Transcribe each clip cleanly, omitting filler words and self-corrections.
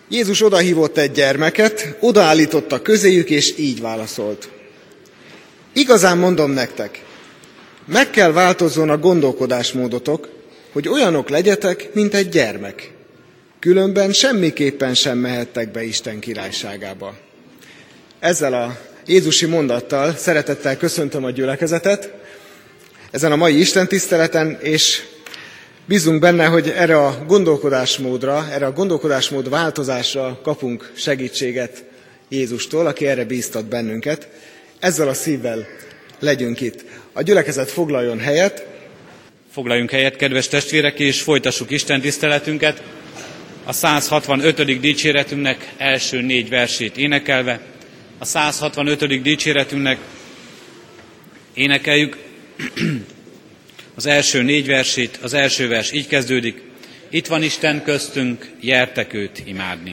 Jézus odahívott egy gyermeket, odaállította közéjük, és így válaszolt. Igazán mondom nektek, meg kell változzon a gondolkodásmódotok, hogy olyanok legyetek, mint egy gyermek. Különben semmiképpen sem mehettek be Isten királyságába. Ezzel a jézusi mondattal szeretettel köszöntöm a gyülekezetet ezen a mai istentiszteleten, és bízunk benne, hogy erre a gondolkodásmód változásra kapunk segítséget Jézustól, aki erre bíztat bennünket. Ezzel a szívvel legyünk itt. A gyülekezet foglaljon helyet. Foglaljunk helyet, kedves testvérek, és folytassuk istentiszteletünket. A 165. dicséretünknek első 4 versét énekelve. A 165. dicséretünknek énekeljük az első 4 versét. Az első vers így kezdődik. Itt van Isten köztünk, gyertek őt imádni.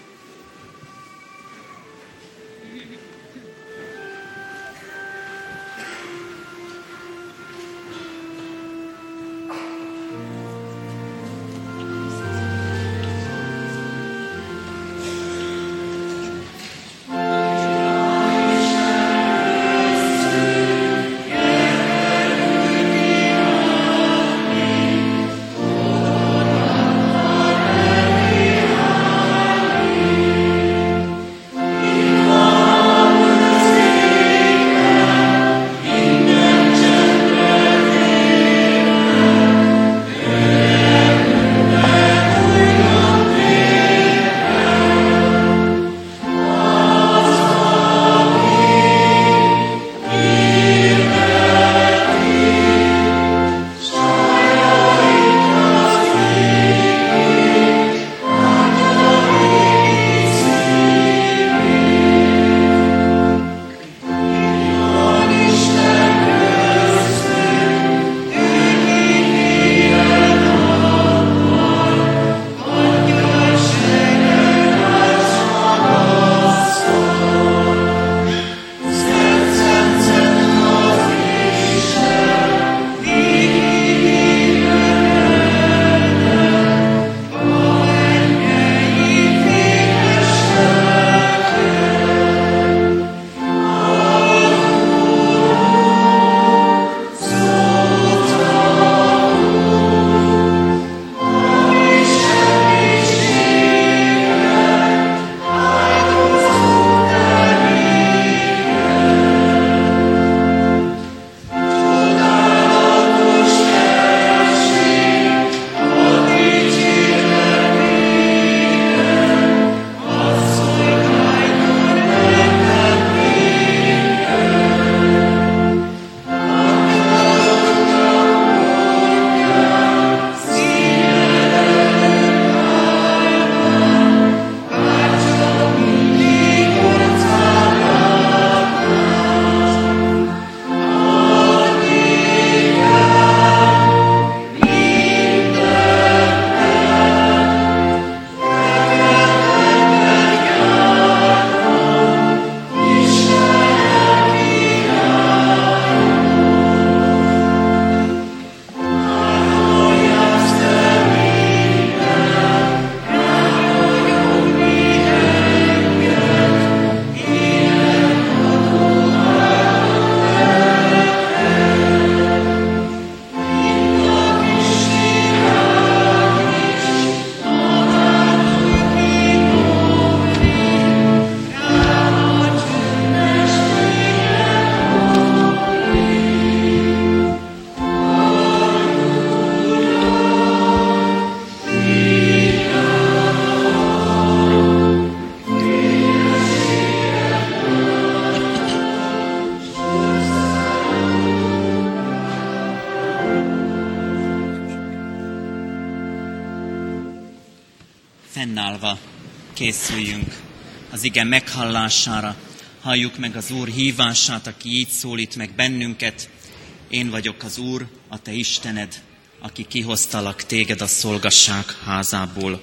Fennállva készüljünk az ige meghallására. Halljuk meg az Úr hívását, aki így szólít meg bennünket. Én vagyok az Úr, a te Istened, aki kihoztalak téged a szolgasság házából.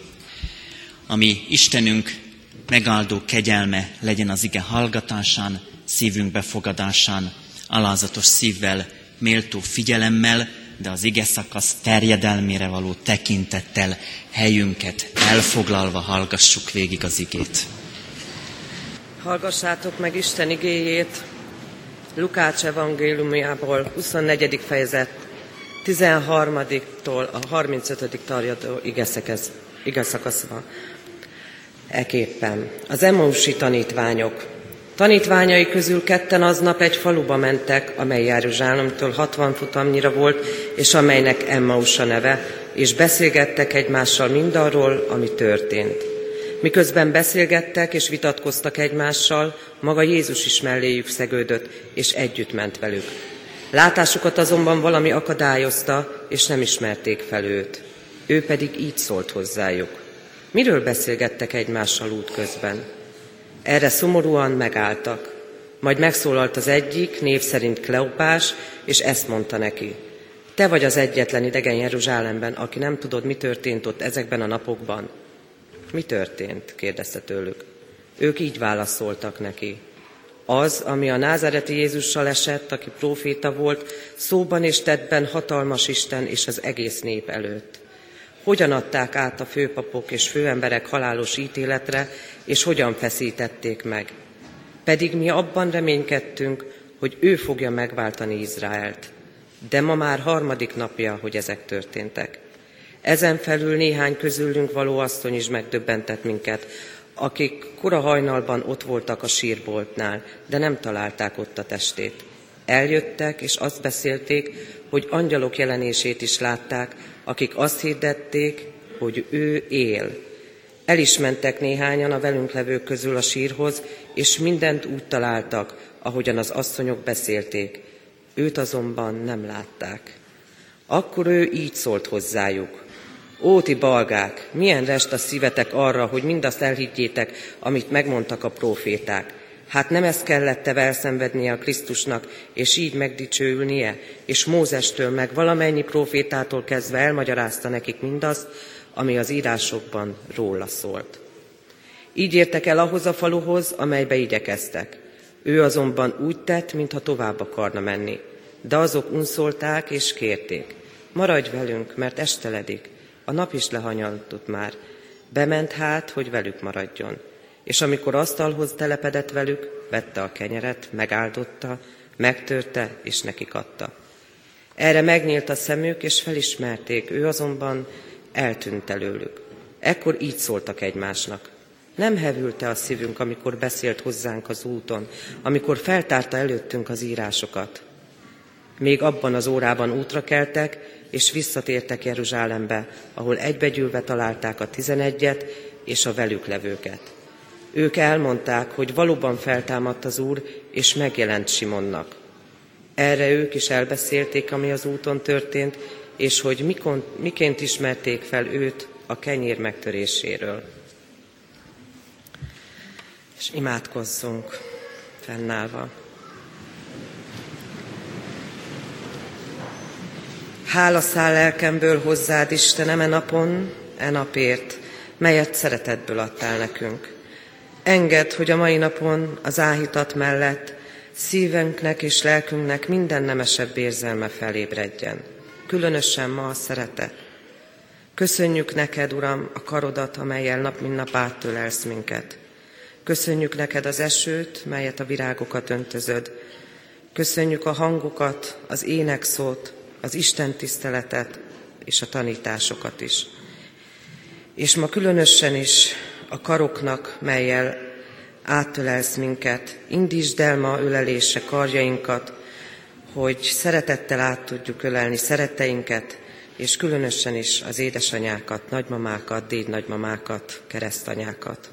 Ami Istenünk megáldó kegyelme legyen az ige hallgatásán, szívünk befogadásán, alázatos szívvel, méltó figyelemmel, de az ige szakasz terjedelmére való tekintettel helyünket elfoglalva hallgassuk végig az igét. Hallgassátok meg Isten igéjét Lukács evangéliumából, 24. fejezet, 13-tól a 35. tarjadó igeszakaszba. Eképpen az Emmausi tanítványok. Tanítványai közül ketten aznap egy faluba mentek, amely Jeruzsálemtől 60 futamnyira volt, és amelynek Emmaus a neve, és beszélgettek egymással mindarról, ami történt. Miközben beszélgettek és vitatkoztak egymással, maga Jézus is melléjük szegődött, és együtt ment velük. Látásukat azonban valami akadályozta, és nem ismerték fel őt. Ő pedig így szólt hozzájuk. Miről beszélgettek egymással útközben? Erre szomorúan megálltak. Majd megszólalt az egyik, név szerint Kleopás, és ezt mondta neki. Te vagy az egyetlen idegen Jeruzsálemben, aki nem tudod, mi történt ott ezekben a napokban. Mi történt? Kérdezte tőlük. Ők így válaszoltak neki. Az, ami a názáreti Jézussal esett, aki próféta volt, szóban és tettben hatalmas Isten és az egész nép előtt. Hogyan adták át a főpapok és főemberek halálos ítéletre, és hogyan feszítették meg. Pedig mi abban reménykedtünk, hogy ő fogja megváltani Izraelt. De ma már 3. napja, hogy ezek történtek. Ezen felül néhány közülünk való asszony is megdöbbentett minket, akik kora hajnalban ott voltak a sírboltnál, de nem találták ott a testét. Eljöttek, és azt beszélték, hogy angyalok jelenését is látták, akik azt hirdették, hogy ő él. El is mentek néhányan a velünk levők közül a sírhoz, és mindent úgy találtak, ahogyan az asszonyok beszélték. Őt azonban nem látták. Akkor ő így szólt hozzájuk. Ó, ti balgák, milyen rest a szívetek arra, hogy mindazt elhiggyétek, amit megmondtak a próféták. Hát nem ezt kellett elszenvednie a Krisztusnak, és így megdicsőülnie, és Mózestől meg valamennyi prófétától kezdve elmagyarázta nekik mindazt, ami az írásokban róla szólt. Így értek el ahhoz a faluhoz, amelybe igyekeztek. Ő azonban úgy tett, mintha tovább akarna menni. De azok unszolták és kérték. Maradj velünk, mert esteledik. A nap is lehanyadott már. Bement hát, hogy velük maradjon. És amikor asztalhoz telepedett velük, vette a kenyeret, megáldotta, megtörte és nekik adta. Erre megnyílt a szemük, és felismerték, ő azonban eltűnt előlük. Ekkor így szóltak egymásnak. Nem hevült-e a szívünk, amikor beszélt hozzánk az úton, amikor feltárta előttünk az írásokat? Még abban az órában útra keltek, és visszatértek Jeruzsálembe, ahol egybegyűlve találták a 11-et és a velük levőket. Ők elmondták, hogy valóban feltámadt az Úr, és megjelent Simonnak. Erre ők is elbeszélték, ami az úton történt, és hogy miként ismerték fel őt a kenyér megtöréséről. És imádkozzunk fennállva. Hála száll lelkemből hozzád, Istenem, e napon, e napért, melyet szeretetből adtál nekünk. Engedd, hogy a mai napon az áhítat mellett szívünknek és lelkünknek minden nemesebb érzelme felébredjen. Különösen ma a szeretet. Köszönjük neked, Uram, a karodat, amellyel nap mint nap áttölelsz minket. Köszönjük neked az esőt, melyet a virágokat öntözöd. Köszönjük a hangokat, az énekszót, az Isten tiszteletet és a tanításokat is. És ma különösen is a karoknak, mellyel áttölelsz minket, indítsd el ma ölelése karjainkat, hogy szeretettel át tudjuk ölelni szeretteinket, és különösen is az édesanyákat, nagymamákat, dédnagymamákat, keresztanyákat.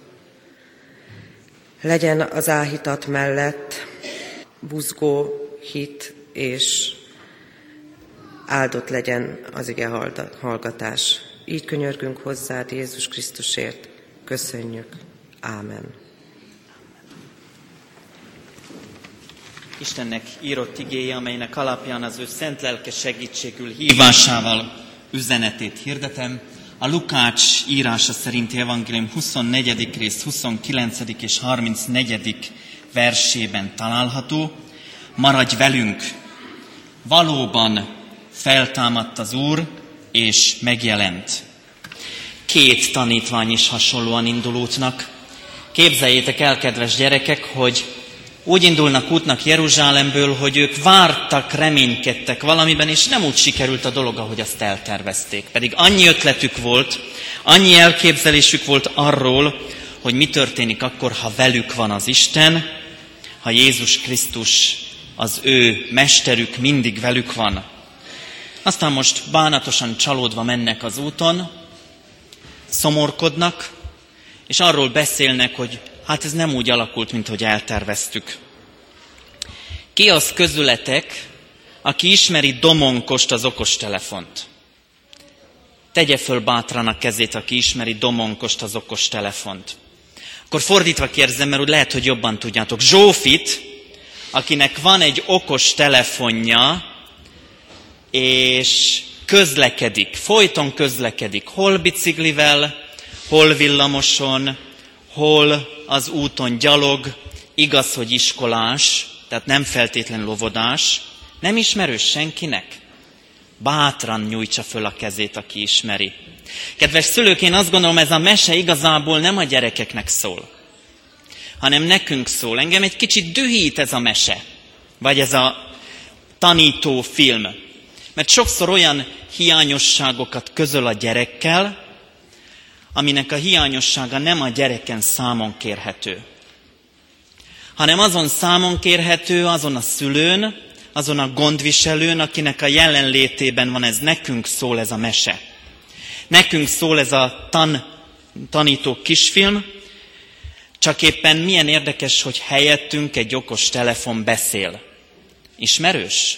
Legyen az áhítat mellett buzgó hit, és áldott legyen az ige hallgatás. Így könyörgünk hozzád, Jézus Krisztusért. Köszönjük. Ámen. Istennek írott igéje, amelynek alapján az ő szent lelke segítségül hívásával üzenetét hirdetem. A Lukács írása szerinti evangélium 24. rész 29. és 34. versében található. Maradj velünk! Valóban feltámadt az Úr, és megjelent. 2 tanítvány is hasonlóan indul útnak. Képzeljétek el, kedves gyerekek, hogy úgy indulnak útnak Jeruzsálemből, hogy ők vártak, reménykedtek valamiben, és nem úgy sikerült a dolog, ahogy azt eltervezték. Pedig annyi ötletük volt, annyi elképzelésük volt arról, hogy mi történik akkor, ha velük van az Isten, ha Jézus Krisztus, az ő mesterük mindig velük van. Aztán most bánatosan csalódva mennek az úton, szomorkodnak, és arról beszélnek, hogy hát ez nem úgy alakult, mint hogy elterveztük. Ki az közületek, aki ismeri Domonkost, az okostelefont? Tegye föl bátran a kezét, aki ismeri Domonkost, az okostelefont. Akkor fordítva kérdezem, mert úgy lehet, hogy jobban tudjátok. Zsófit, akinek van egy okos telefonja, és közlekedik, folyton közlekedik, hol biciklivel, hol villamoson, hol az úton gyalog, igaz, hogy iskolás, tehát nem feltétlenül óvodás, nem ismerős senkinek? Bátran nyújtsa föl a kezét, aki ismeri. Kedves szülők, én azt gondolom, ez a mese igazából nem a gyerekeknek szól, hanem nekünk szól. Engem egy kicsit dühít ez a mese, vagy ez a tanító film. Mert sokszor olyan hiányosságokat közöl a gyerekkel, aminek a hiányossága nem a gyereken számon kérhető, hanem azon számon kérhető, azon a szülőn, azon a gondviselőn, akinek a jelenlétében van ez. Nekünk szól ez a mese. Nekünk szól ez a tanító kisfilm, csak éppen milyen érdekes, hogy helyettünk egy okos telefon beszél. Ismerős?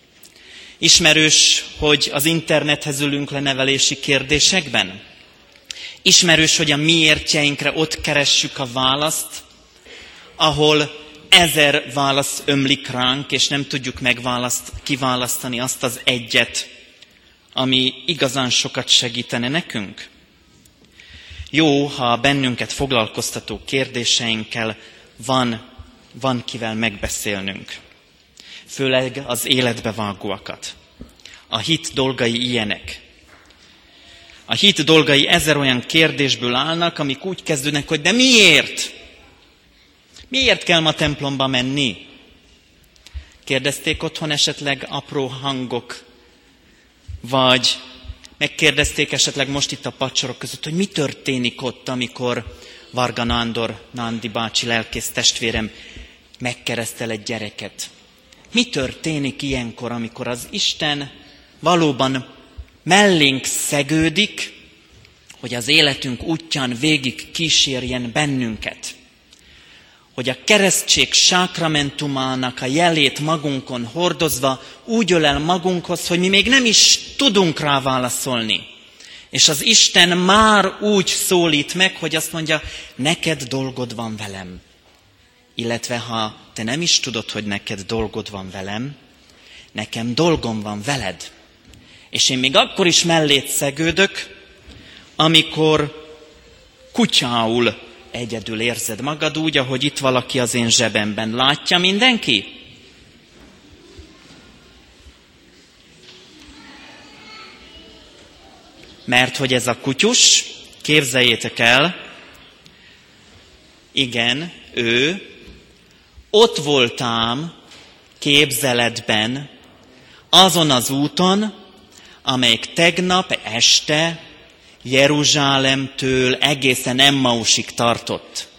Ismerős, hogy az internethez ülünk le nevelési kérdésekben? Ismerős, hogy a miértjeinkre ott keressük a választ, ahol 1000 válasz ömlik ránk, és nem tudjuk kiválasztani azt az egyet, ami igazán sokat segítene nekünk? Jó, ha bennünket foglalkoztató kérdéseinkkel van kivel megbeszélnünk. Főleg az életbevágóakat. A hit dolgai ilyenek. A hit dolgai 1000 olyan kérdésből állnak, amik úgy kezdődnek, hogy de miért? Miért kell ma templomba menni? Kérdezték otthon esetleg apró hangok? Vagy megkérdezték esetleg most itt a padsorok között, hogy mi történik ott, amikor Varga Nándi bácsi lelkész testvérem megkeresztel egy gyereket? Mi történik ilyenkor, amikor az Isten valóban mellénk szegődik, hogy az életünk útján végig kísérjen bennünket? Hogy a keresztség sákramentumának a jelét magunkon hordozva úgy ölel magunkhoz, hogy mi még nem is tudunk rá válaszolni. És az Isten már úgy szólít meg, hogy azt mondja, neked dolgod van velem. Illetve ha te nem is tudod, hogy neked dolgod van velem, nekem dolgom van veled. És én még akkor is mellét szegődök, amikor kutyául egyedül érzed magad úgy, ahogy itt valaki az én zsebemben. Látja mindenki? Mert hogy ez a kutyus, képzeljétek el, igen, ő ott voltám képzeletben, azon az úton, amelyik tegnap este Jeruzsálemtől egészen Emmausig tartott.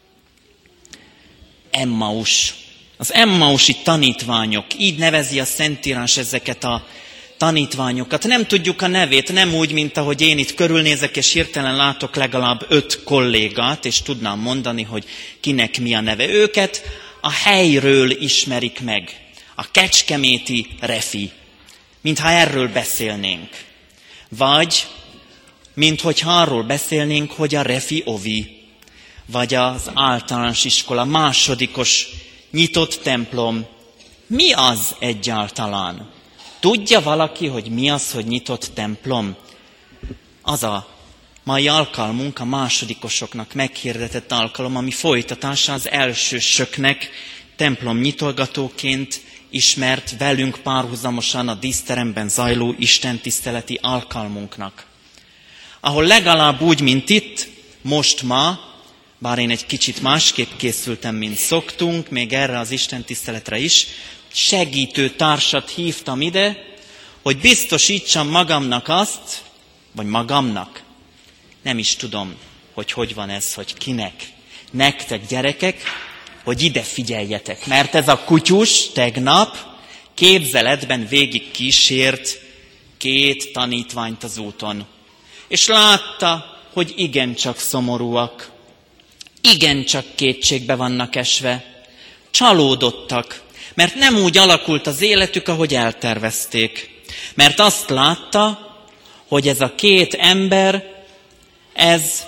Emmaus. Az emmausi tanítványok, így nevezi a Szentírás ezeket a tanítványokat. Nem tudjuk a nevét, nem úgy, mint ahogy én itt körülnézek, és hirtelen látok legalább 5 kollégát, és tudnám mondani, hogy kinek mi a neve. Őket a helyről ismerik meg. A kecskeméti refi. Mintha erről beszélnénk. Vagy, minthogyha arról beszélnénk, hogy a refi ovi. Vagy az általános iskola másodikos nyitott templom. Mi az egyáltalán? Tudja valaki, hogy mi az, hogy nyitott templom? Az a mai alkalmunk, a másodikosoknak meghirdetett alkalom, ami folytatása az elsősöknek templom nyitogatóként ismert velünk párhuzamosan a díszteremben zajló istentiszteleti alkalmunknak, ahol legalább úgy, mint itt, most ma, bár én egy kicsit másképp készültem, mint szoktunk, még erre az istentiszteletre is, segítő társat hívtam ide, hogy biztosítsam magamnak azt, vagy magamnak, nem is tudom, hogy van ez, hogy kinek, nektek gyerekek, hogy ide figyeljetek, mert ez a kutyus tegnap képzeletben végig kísért 2 tanítványt az úton. És látta, hogy igencsak szomorúak, igencsak kétségbe vannak esve, csalódottak, mert nem úgy alakult az életük, ahogy eltervezték. Mert azt látta, hogy ez a 2 ember, ez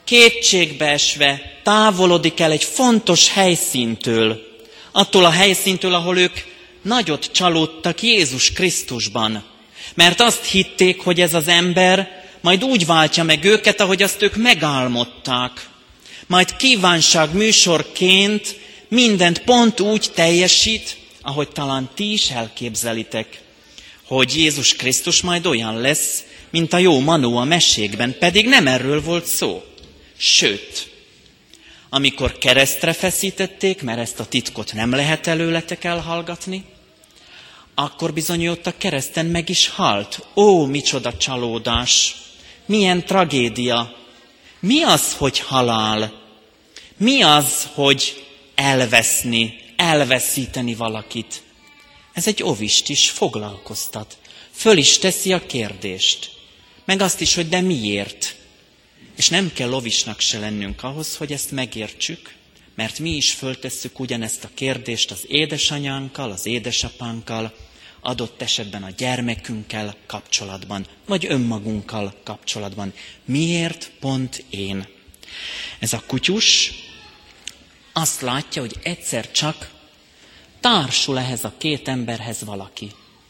kétségbeesve távolodik el egy fontos helyszíntől, attól a helyszíntől, ahol ők nagyot csalódtak Jézus Krisztusban. Mert azt hitték, hogy ez az ember majd úgy váltja meg őket, ahogy azt ők megálmodták. Majd kívánság műsorként mindent pont úgy teljesít, ahogy talán ti is elképzelitek, hogy Jézus Krisztus majd olyan lesz, mint a jó manó a mesékben, pedig nem erről volt szó. Sőt, amikor keresztre feszítették, mert ezt a titkot nem lehet előletek elhallgatni, akkor bizony ott a kereszten meg is halt. Ó, micsoda csalódás! Milyen tragédia! Mi az, hogy halál? Mi az, hogy elveszni, elveszíteni valakit? Ez egy ovist is foglalkoztat. Föl is teszi a kérdést. Meg azt is, hogy de miért? És nem kell lovisnak se lennünk ahhoz, hogy ezt megértsük, mert mi is föltesszük ugyanezt a kérdést az édesanyánkkal, az édesapánkkal, adott esetben a gyermekünkkel kapcsolatban, vagy önmagunkkal kapcsolatban. Miért pont én? Ez a kutyus azt látja, hogy egyszer csak társul ehhez a 2 emberhez valaki.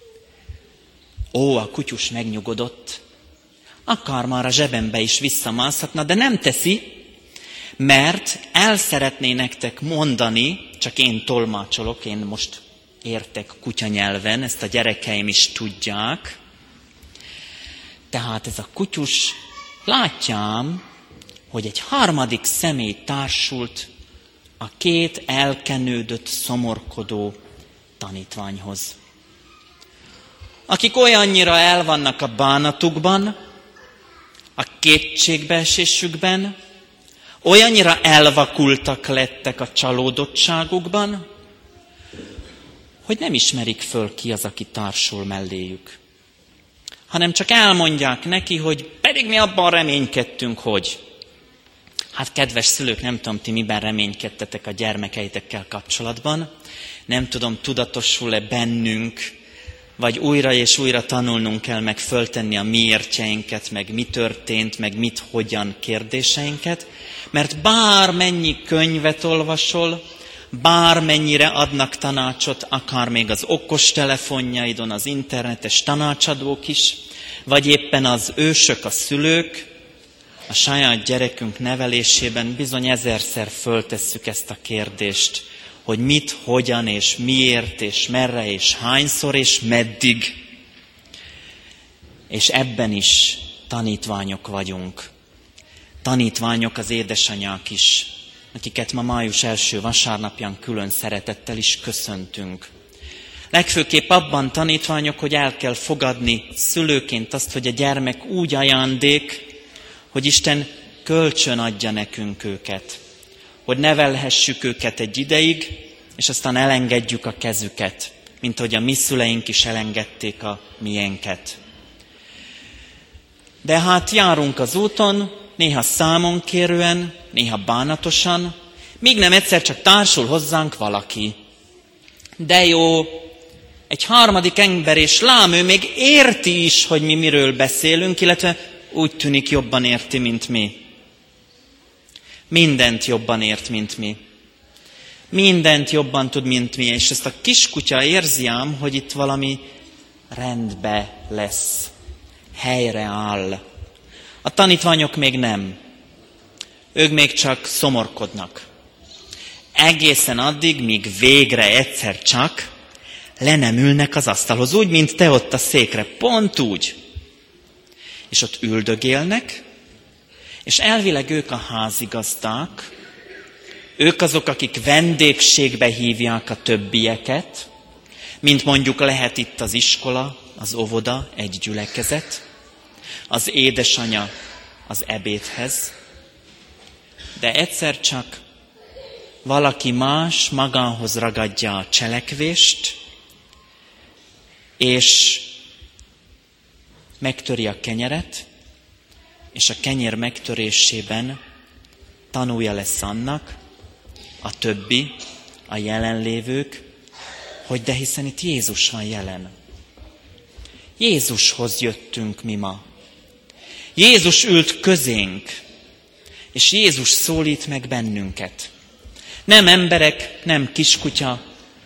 Ó, a kutyus megnyugodott, akár már a zsebembe is visszamászhatna, de nem teszi, mert el szeretné nektek mondani, csak én tolmácsolok, én most értek kutyanyelven, ezt a gyerekeim is tudják. Tehát ez a kutyus látjám, hogy egy harmadik személy társult a 2 elkenődött, szomorkodó tanítványhoz, akik olyannyira el vannak a bánatukban, a kétségbeesésükben, olyannyira elvakultak lettek a csalódottságukban, hogy nem ismerik föl, ki az, aki társul melléjük. Hanem csak elmondják neki, hogy pedig mi abban reménykedtünk, hogy. Hát kedves szülők, nem tudom, ti miben reménykedtetek a gyermekeitekkel kapcsolatban. Nem tudom, tudatosul-e bennünk, vagy újra és újra tanulnunk kell meg föltenni a miértjeinket, meg mi történt, meg mit, hogyan kérdéseinket. Mert bármennyi könyvet olvasol, bármennyire adnak tanácsot, akár még az okostelefonjaidon, az internetes tanácsadók is, vagy éppen az ősök, a szülők, a saját gyerekünk nevelésében bizony 1000-szer föltesszük ezt a kérdést, hogy mit, hogyan és miért és merre és hányszor és meddig. És ebben is tanítványok vagyunk. Tanítványok az édesanyák is, akiket ma május első vasárnapján külön szeretettel is köszöntünk. Legfőképp abban tanítványok, hogy el kell fogadni szülőként azt, hogy a gyermek úgy ajándék, hogy Isten kölcsön adja nekünk őket. Hogy nevelhessük őket egy ideig, és aztán elengedjük a kezüket, mint ahogy a mi szüleink is elengedték a miénket. De hát járunk az úton, néha számonkérően, néha bánatosan, míg nem egyszer csak társul hozzánk valaki. De jó, egy harmadik ember, és lám, ő még érti is, hogy mi miről beszélünk, illetve úgy tűnik jobban érti, mint mi. Mindent jobban ért, mint mi. Mindent jobban tud, mint mi, és ezt a kiskutya érzi ám, hogy itt valami rendbe lesz, helyre áll. A tanítványok még nem. Ők még csak szomorkodnak. Egészen addig, míg végre egyszer csak le nem ülnek az asztalhoz, úgy, mint te ott a székre, pont úgy. És ott üldögélnek, és elvileg ők a házigazdák, ők azok, akik vendégségbe hívják a többieket, mint mondjuk lehet itt az iskola, az óvoda, egy gyülekezet, az édesanya az ebédhez, de egyszer csak valaki más magához ragadja a cselekvést, és megtöri a kenyeret, és a kenyér megtörésében tanulja lesz annak a többi, a jelenlévők, hogy de hiszen itt Jézus van jelen. Jézushoz jöttünk mi ma. Jézus ült közénk, és Jézus szólít meg bennünket. Nem emberek, nem kiskutya,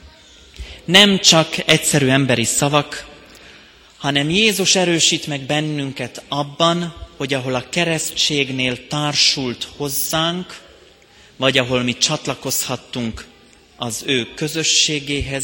nem csak egyszerű emberi szavak, hanem Jézus erősít meg bennünket abban, hogy ahol a keresztségnél társult hozzánk, vagy ahol mi csatlakozhattunk az ő közösségéhez,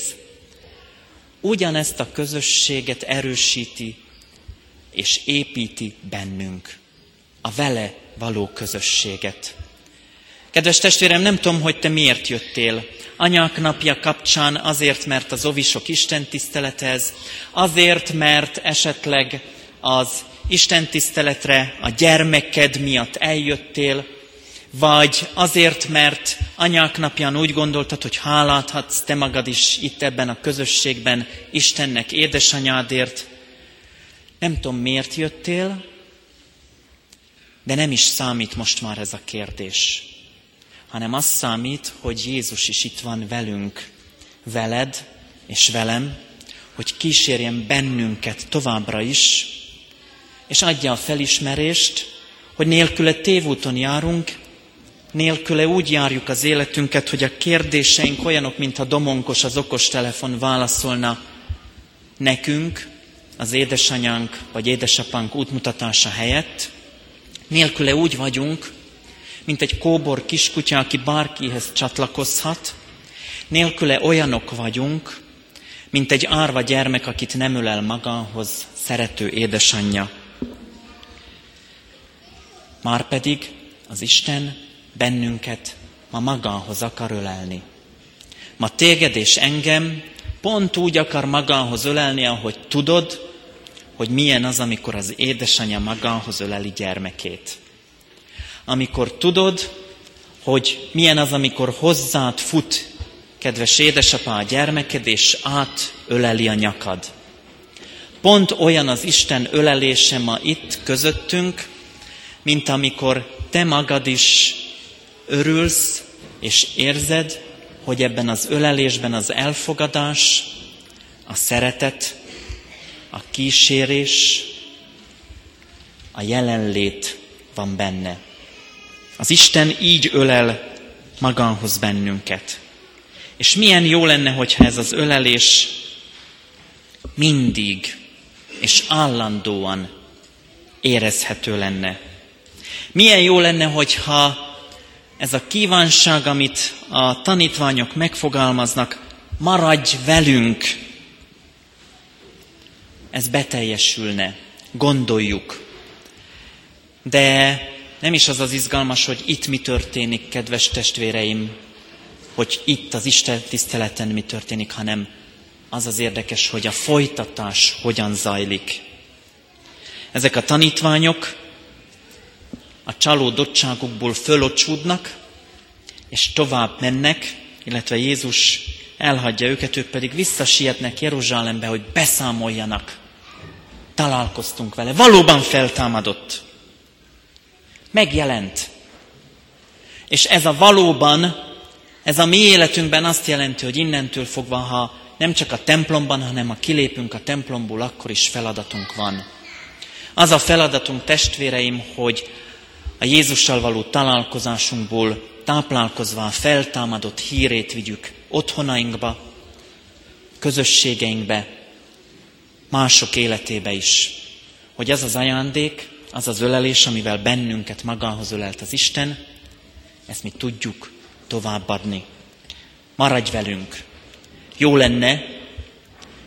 ugyanezt a közösséget erősíti és építi bennünk, a vele való közösséget. Kedves testvérem, nem tudom, hogy te miért jöttél. Anyák napja kapcsán azért, mert az ovisok istentisztelethez, azért, mert esetleg az istentiszteletre a gyermeked miatt eljöttél, vagy azért, mert anyák napján úgy gondoltad, hogy hálát adsz te magad is itt ebben a közösségben Istennek édesanyádért. Nem tudom, miért jöttél, de nem is számít most már ez a kérdés, hanem az számít, hogy Jézus is itt van velünk, veled és velem, hogy kísérjen bennünket továbbra is, és adja a felismerést, hogy nélküle tévúton járunk, nélküle úgy járjuk az életünket, hogy a kérdéseink olyanok, mintha domonkos az okostelefon válaszolna nekünk, az édesanyánk vagy édesapánk útmutatása helyett. Nélküle úgy vagyunk, mint egy kóbor kiskutya, aki bárkihez csatlakozhat. Nélküle olyanok vagyunk, mint egy árva gyermek, akit nem ölel magához szerető édesanyja. Márpedig az Isten bennünket ma magához akar ölelni. Ma téged és engem pont úgy akar magához ölelni, ahogy tudod, hogy milyen az, amikor az édesanyja magához öleli gyermekét. Amikor tudod, hogy milyen az, amikor hozzád fut, kedves édesapa, a gyermeked, és átöleli a nyakad. Pont olyan az Isten ölelése ma itt közöttünk, mint amikor te magad is örülsz, és érzed, hogy ebben az ölelésben az elfogadás, a szeretet, a kísérés, a jelenlét van benne. Az Isten így ölel magához bennünket. És milyen jó lenne, hogyha ez az ölelés mindig és állandóan érezhető lenne. Milyen jó lenne, hogyha ez a kívánság, amit a tanítványok megfogalmaznak, maradj velünk, ez beteljesülne, gondoljuk. De nem is az az izgalmas, hogy itt mi történik, kedves testvéreim, hogy itt az Isten tiszteleten mi történik, hanem az az érdekes, hogy a folytatás hogyan zajlik. Ezek a tanítványok a csalódottságukból fölocsúdnak, és tovább mennek, illetve Jézus elhagyja őket, ők pedig visszasietnek Jeruzsálembe, hogy beszámoljanak. Találkoztunk vele, valóban feltámadott. Megjelent. És ez a valóban, ez a mi életünkben azt jelenti, hogy innentől fogva, ha nem csak a templomban, hanem ha kilépünk a templomból, akkor is feladatunk van. Az a feladatunk, testvéreim, hogy a Jézussal való találkozásunkból táplálkozva a feltámadott hírét vigyük otthonainkba, közösségeinkbe, mások életébe is. Hogy az az ajándék, az az ölelés, amivel bennünket magához ölelt az Isten, ezt mi tudjuk továbbadni. Maradj velünk! Jó lenne,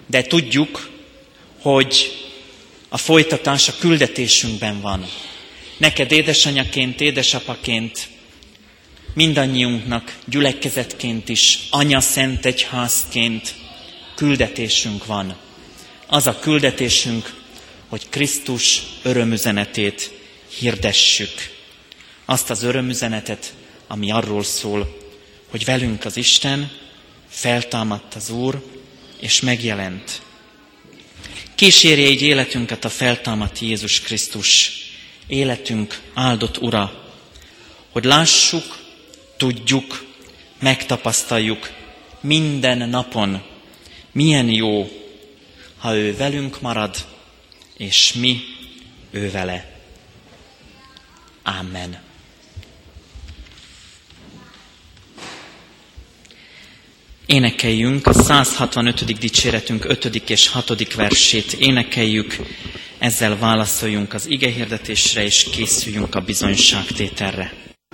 de tudjuk, hogy a folytatás a küldetésünkben van. Neked édesanyaként, édesapaként, mindannyiunknak gyülekezetként is, Anya Szent Egyházként küldetésünk van. Az a küldetésünk, hogy Krisztus örömüzenetét hirdessük. Azt az örömüzenetet, ami arról szól, hogy velünk az Isten, feltámadt az Úr, és megjelent. Kísérje így életünket a feltámadt Jézus Krisztus, életünk áldott Ura, hogy lássuk, tudjuk, megtapasztaljuk minden napon, milyen jó, ha ő velünk marad, és mi ő vele. Amen. Énekeljünk a 165. dicséretünk 5. és 6. versét. Énekeljük, ezzel válaszoljunk az igehirdetésre, és készüljünk a bizonyságtételre.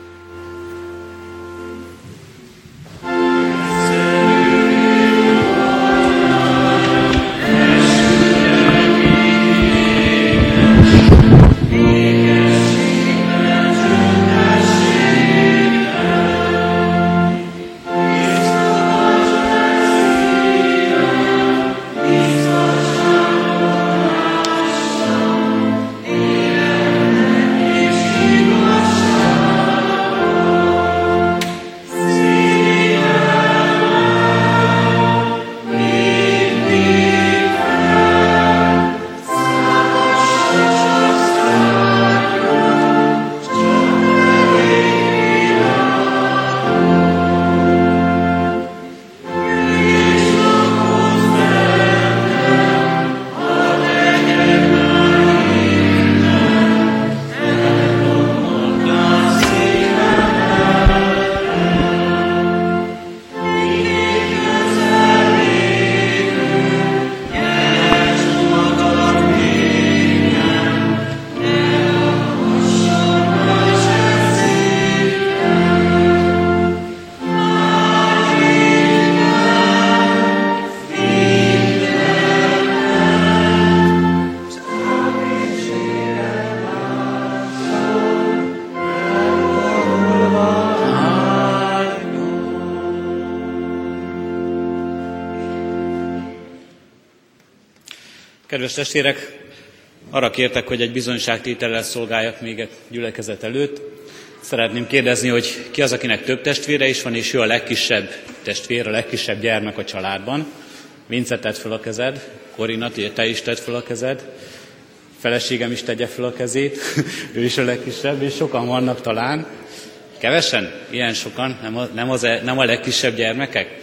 Kedves testvérek, arra kértek, hogy egy bizonyságtétellel szolgáljak még egy gyülekezet előtt. Szeretném kérdezni, hogy ki az, akinek több testvére is van, és ő a legkisebb testvér, a legkisebb gyermek a családban. Vince, tedd fel a kezed, Korina, te is tedd fel a kezed, feleségem is tegye fel a kezét, ő is a legkisebb, és sokan vannak talán. Kevesen? Ilyen sokan? Nem a legkisebb gyermekek?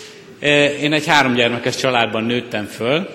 Én egy 3 gyermekes családban nőttem föl,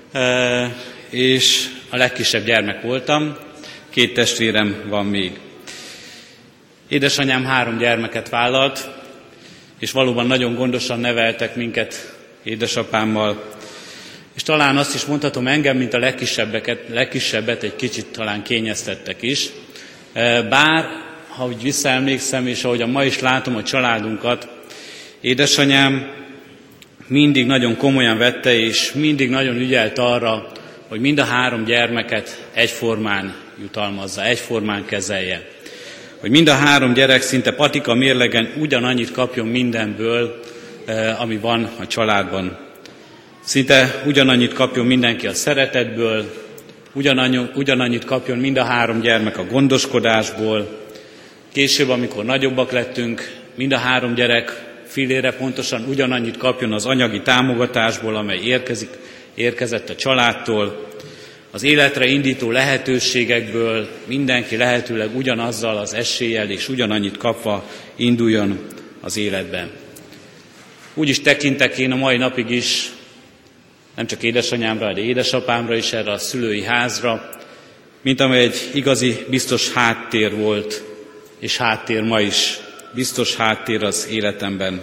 és a legkisebb gyermek voltam, 2 testvérem van még. Édesanyám 3 gyermeket vállalt, és valóban nagyon gondosan neveltek minket édesapámmal, és talán azt is mondhatom, engem, mint a legkisebbet egy kicsit talán kényeztettek is. Bár, ha úgy visszaemlékszem, és ahogyan ma is látom a családunkat, édesanyám mindig nagyon komolyan vette, és mindig nagyon ügyelt arra, hogy mind a 3 gyermeket egyformán jutalmazza, egyformán kezelje. Hogy mind a 3 gyerek szinte patika mérlegen ugyanannyit kapjon mindenből, ami van a családban. Szinte ugyanannyit kapjon mindenki a szeretetből, ugyanannyit kapjon mind a 3 gyermek a gondoskodásból. Később, amikor nagyobbak lettünk, mind a 3 gyerek fillére pontosan ugyanannyit kapjon az anyagi támogatásból, amely érkezett a családtól. Az életre indító lehetőségekből mindenki lehetőleg ugyanazzal az eséllyel és ugyanannyit kapva induljon az életben. Úgy is tekintek én a mai napig is, nem csak édesanyámra, de édesapámra is, erre a szülői házra, mint amely egy igazi biztos háttér volt, és háttér ma is. Biztos háttér az életemben.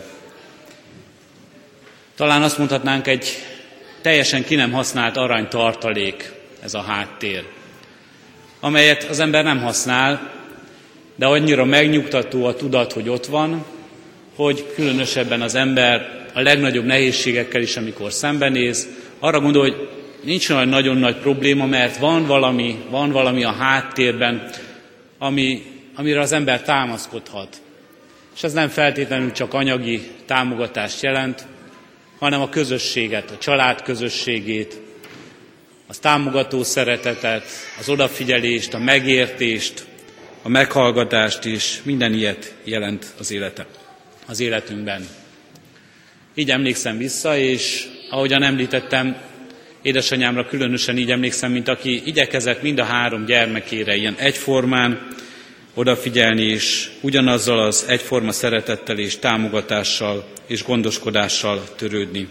Talán azt mondhatnánk, egy teljesen ki nem használt aranytartalék ez a háttér, amelyet az ember nem használ, de annyira megnyugtató a tudat, hogy ott van, hogy különösebben az ember a legnagyobb nehézségekkel is, amikor szembenéz, arra gondol, hogy nincs olyan nagyon nagy probléma, mert van valami a háttérben, amire az ember támaszkodhat. És ez nem feltétlenül csak anyagi támogatást jelent, hanem a közösséget, a család közösségét, az támogató szeretetet, az odafigyelést, a megértést, a meghallgatást is, minden ilyet jelent az életünkben. Így emlékszem vissza, és ahogyan említettem, édesanyámra különösen így emlékszem, mint aki igyekezett mind a 3 gyermekére ilyen egyformán odafigyelni, és ugyanazzal az egyforma szeretettel és támogatással és gondoskodással törődni.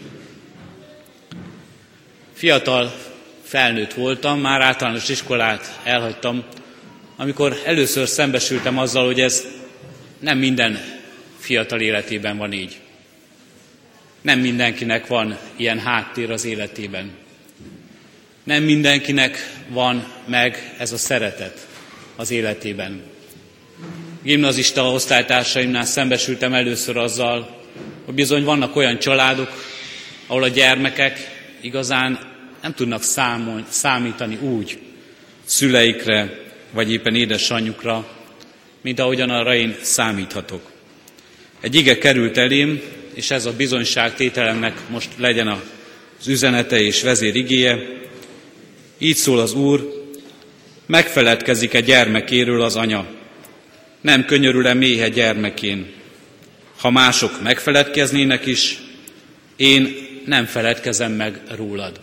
Fiatal felnőtt voltam, már általános iskolát elhagytam, amikor először szembesültem azzal, hogy ez nem minden fiatal életében van így. Nem mindenkinek van ilyen háttér az életében. Nem mindenkinek van meg ez a szeretet az életében. Gimnazista osztálytársaimnál szembesültem először azzal, hogy bizony vannak olyan családok, ahol a gyermekek igazán nem tudnak számítani úgy szüleikre, vagy éppen édesanyjukra, mint ahogyan arra én számíthatok. Egy ige került elém, és ez a bizonyságtételemnek most legyen az üzenete és vezérigéje. Így szól az Úr: megfeledkezik-e gyermekéről az anya? Nem könyörül-e méhe gyermekén? Ha mások megfeledkeznének is, én nem feledkezem meg rólad.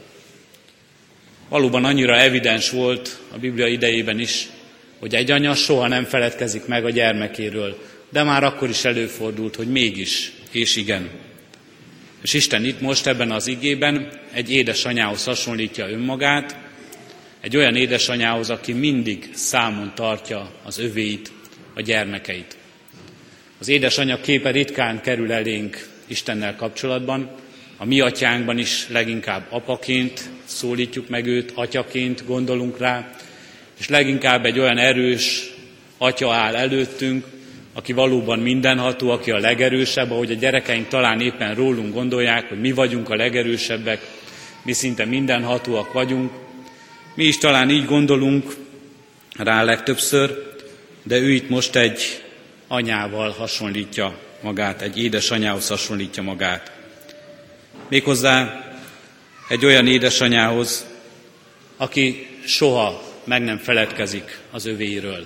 Valóban annyira evidens volt a Biblia idejében is, hogy egy anya soha nem feledkezik meg a gyermekéről, de már akkor is előfordult, hogy mégis, és igen. És Isten itt most ebben az igében egy édesanyához hasonlítja önmagát, egy olyan édesanyához, aki mindig számon tartja az övéit, a gyermekeit. Az édesanya képe ritkán kerül elénk Istennel kapcsolatban, a mi atyánkban is leginkább apaként szólítjuk meg őt, atyaként gondolunk rá, és leginkább egy olyan erős atya áll előttünk, aki valóban mindenható, aki a legerősebb, ahogy a gyerekeink talán éppen rólunk gondolják, hogy mi vagyunk a legerősebbek, mi szinte mindenhatóak vagyunk. Mi is talán így gondolunk rá legtöbbször, de ő itt most egy anyával hasonlítja magát, egy édesanyához hasonlítja magát. Méghozzá egy olyan édesanyához, aki soha meg nem feledkezik az övéiről.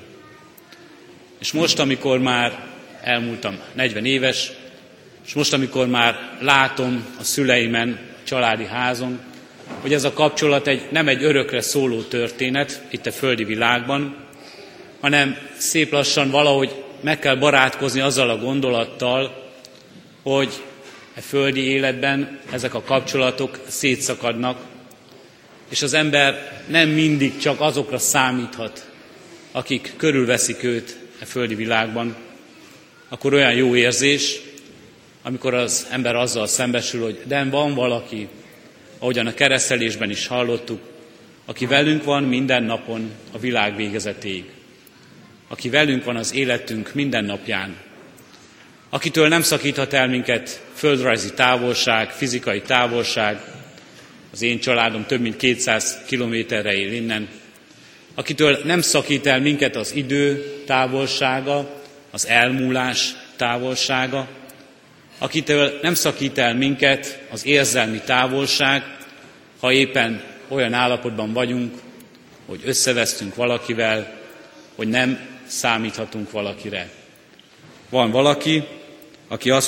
És most, amikor már elmúltam 40 éves, és most, amikor már látom a szüleimen, a családi házon, hogy ez a kapcsolat nem egy örökre szóló történet itt a földi világban, hanem szép lassan valahogy meg kell barátkozni azzal a gondolattal, hogy a földi életben ezek a kapcsolatok szétszakadnak, és az ember nem mindig csak azokra számíthat, akik körülveszik őt a földi világban, akkor olyan jó érzés, amikor az ember azzal szembesül, hogy de van valaki, ahogyan a keresztelésben is hallottuk, aki velünk van minden napon a világ végezetéig, aki velünk van az életünk minden napján, akitől nem szakíthat el minket földrajzi távolság, fizikai távolság, az én családom több mint 200 kilométerre él innen, akitől nem szakít el minket az idő távolsága, az elmúlás távolsága, akitől nem szakít el minket az érzelmi távolság, ha éppen olyan állapotban vagyunk, hogy összevesztünk valakivel, hogy nem számíthatunk valakire. Van valaki, aki azt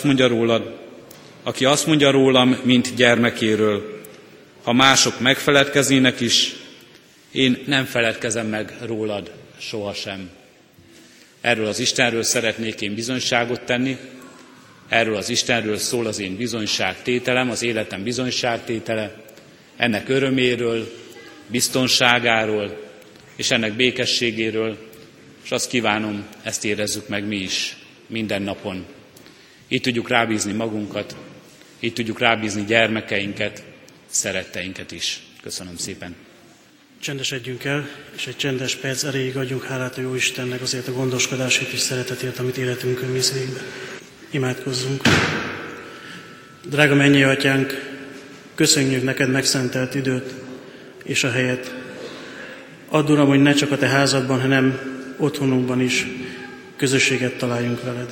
mondja rólam, mint gyermekéről, ha mások megfeledkeznének is, én nem feledkezem meg rólad sohasem. Erről az Istenről szeretnék én bizonyságot tenni, erről az Istenről szól az én bizonyságtételem, az életem bizonyságtétele, ennek öröméről, biztonságáról és ennek békességéről, és azt kívánom, ezt érezzük meg mi is minden napon. Így tudjuk rábízni magunkat, így tudjuk rábízni gyermekeinket, szeretteinket is. Köszönöm szépen. Csendesedjünk el, és egy csendes perc erejéig adjunk hálát a jó Istennek azért a gondoskodásért és szeretetért, amit életünkön visz végbe. Imádkozzunk. Drága mennyei Atyánk, Köszönjük neked megszentelt időt és a helyet. Add, Uram, hogy ne csak a te házadban, hanem otthonunkban is közösséget találjunk veled.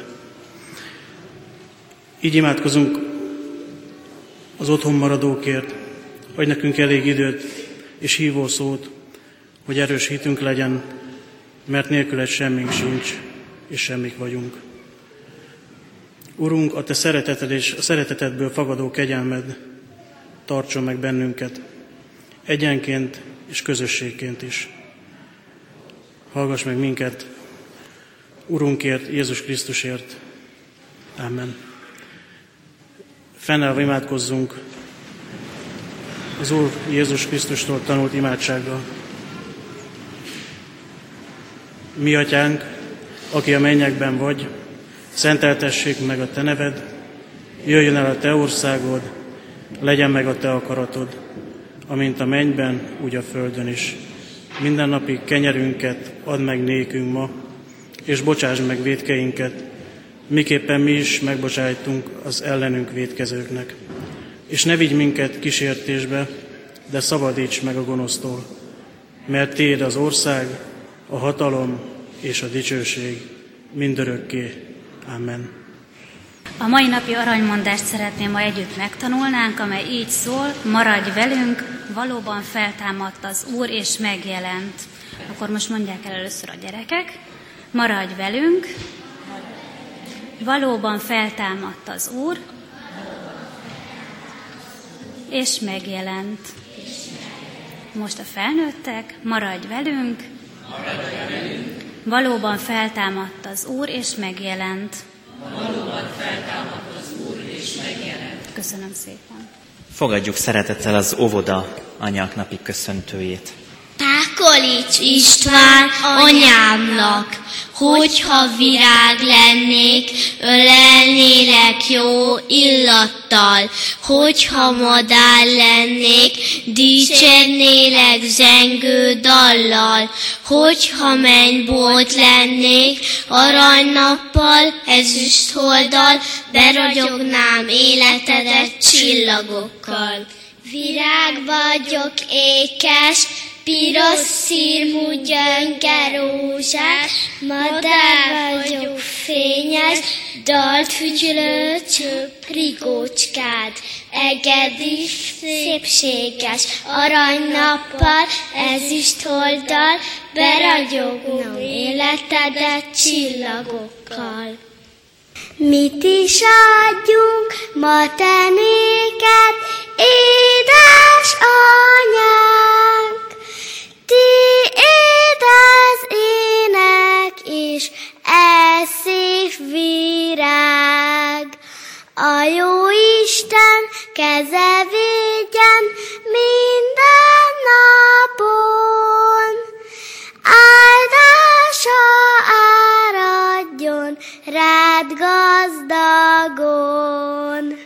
Így imádkozunk az otthon maradókért, adj nekünk elég időt és hívó szót, hogy erős hitünk legyen, mert nélküled semmink sincs, és semmik vagyunk. Urunk, a te szereteted és a szeretetedből fagadó kegyelmed tartson meg bennünket, egyenként és közösségként is. Hallgass meg minket, Urunkért, Jézus Krisztusért. Amen. Fennállva imádkozzunk az Úr Jézus Krisztustól tanult imádsággal. Mi atyánk, aki a mennyekben vagy, szenteltessék meg a te neved, jöjjön el a te országod, legyen meg a te akaratod, amint a mennyben, úgy a földön is. Mindennapi kenyerünket add meg nékünk ma, és bocsásd meg vétkeinket, miképpen mi is megbocsájtunk az ellenünk vétkezőknek. És ne vigy minket kísértésbe, de szabadíts meg a gonosztól, mert tiéd az ország, a hatalom és a dicsőség mindörökké. Amen. A mai napi aranymondást szeretném, ha együtt megtanulnánk, amely így szól: maradj velünk, valóban feltámadt az Úr és megjelent. Akkor most mondják el először a gyerekek. Maradj velünk, valóban feltámadt az Úr és megjelent. Most a felnőttek, maradj velünk, valóban feltámadt az Úr és megjelent. Valóban feltámadt az Úr és megjelent. Köszönöm szépen. Fogadjuk szeretettel az óvoda anyák napi köszöntőjét. Tákolics István anyámnak, hogyha virág lennék, ölelnélek jó illattal, hogyha madár lennék, dicsérnélek zengő dallal, hogyha mennybolt lennék, aranynappal, ezüstholddal, beragyognám életedet csillagokkal. Virág vagyok ékes, piros szírmú gyönge rózsás, madár vagyok fényes, dalt fügyülő csöpp rigócskád, eged is szépséges, aranynappal, ezüstholddal, beragyogom életedet csillagokkal. Mit is adjunk ma te néked, édes anyánk? Tiéd az ének és ez szép virág. A jó Isten keze védjen minden napon, áldása áradjon rád gazdagon.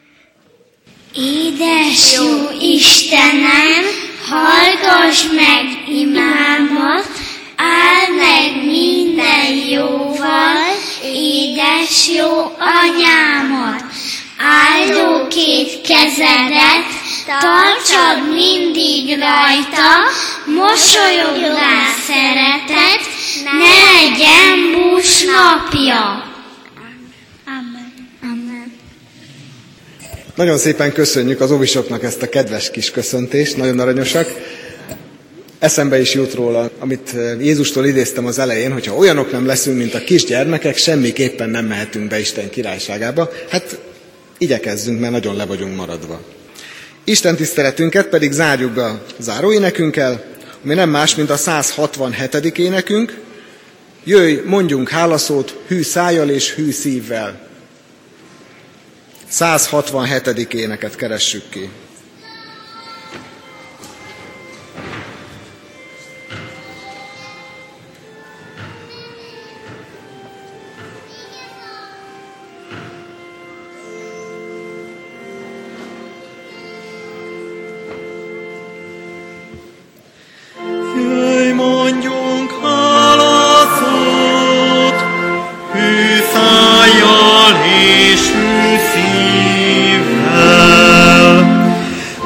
Édes jó Istenem, hallgass meg imámat, áld meg minden jóval, édes jó anyámat. Áldó két kezedet, tartsad mindig rajta, mosolyognál szeretet, ne legyen bús napja. Nagyon szépen köszönjük az óvisoknak ezt a kedves kis köszöntést, nagyon aranyosak. Eszembe is jut róla, amit Jézustól idéztem az elején, hogyha olyanok nem leszünk, mint a kisgyermekek, semmiképpen nem mehetünk be Isten királyságába. Hát igyekezzünk, mert nagyon le vagyunk maradva. Isten tiszteletünket pedig zárjuk be a záróénekünkkel, ami nem más, mint a 167. énekünk. Jöjj, mondjunk hálaszót hű szájjal és hű szívvel. 167. éneket keressük ki. Jöjj, mondjunk hálaszót, hű szájjal és hű szívvel.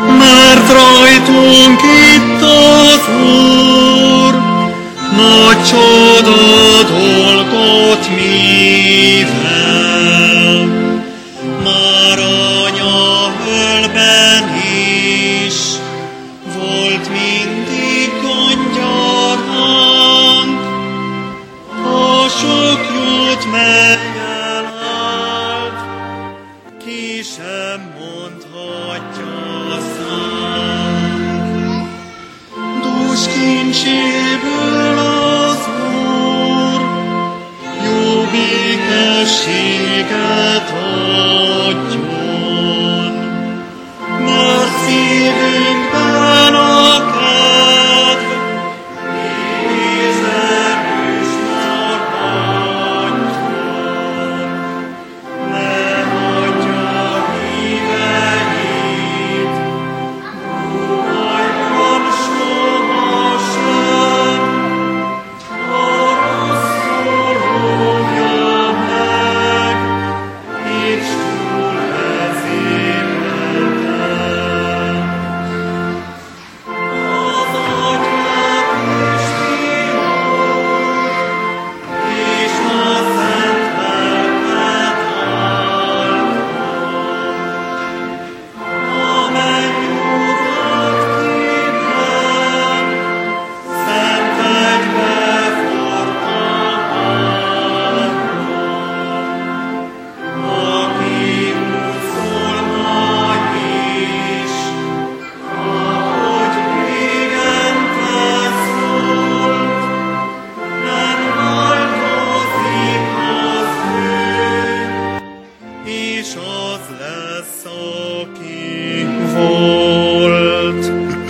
mert rajtunk itt az Úr, nagy csoda dolgot mivel. Már anya ölben is volt mindig gondja ránk, a sok jót melyen állt, ki sem mondhatja szánk. Dús kincséből az Úr jó békességet adjon, mert szívünkben a kedv és erős maradjon. Ne hagyja híveit búvajban sohasem, a rosszul óvja meg, és túl vezérelten. Az Atyát és Fiút és a Szent Lelket áldom, a mennyúrat képben, szent egybe forgatáron, aki úgy szól ma is, ahogy régen te szólt, nem változik az ő, és az lesz, aki volt.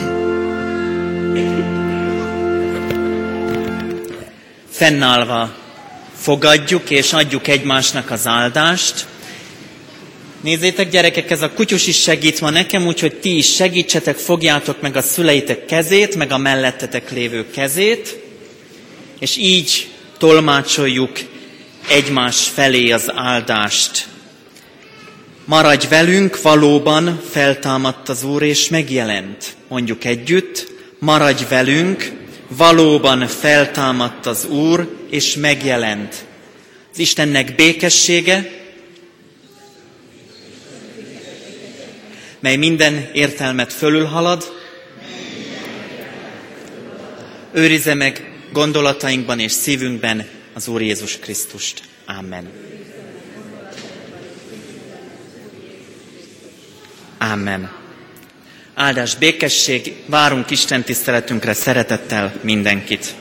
Fennállva fogadjuk és adjuk egymásnak az áldást. Nézzétek, gyerekek, ez a kutyus is segít ma nekem, úgyhogy ti is segítsetek, fogjátok meg a szüleitek kezét, meg a mellettetek lévő kezét, és így tolmácsoljuk egymás felé az áldást. Maradj velünk, valóban feltámadt az Úr és megjelent. Mondjuk együtt, maradj velünk, valóban feltámadt az Úr és megjelent. Az Istennek békessége, mely minden értelmet fölülhalad, őrizze meg gondolatainkban és szívünkben az Úr Jézus Krisztust. Amen. Amen. Áldás, békesség, várunk Isten tiszteletünkre szeretettel mindenkit.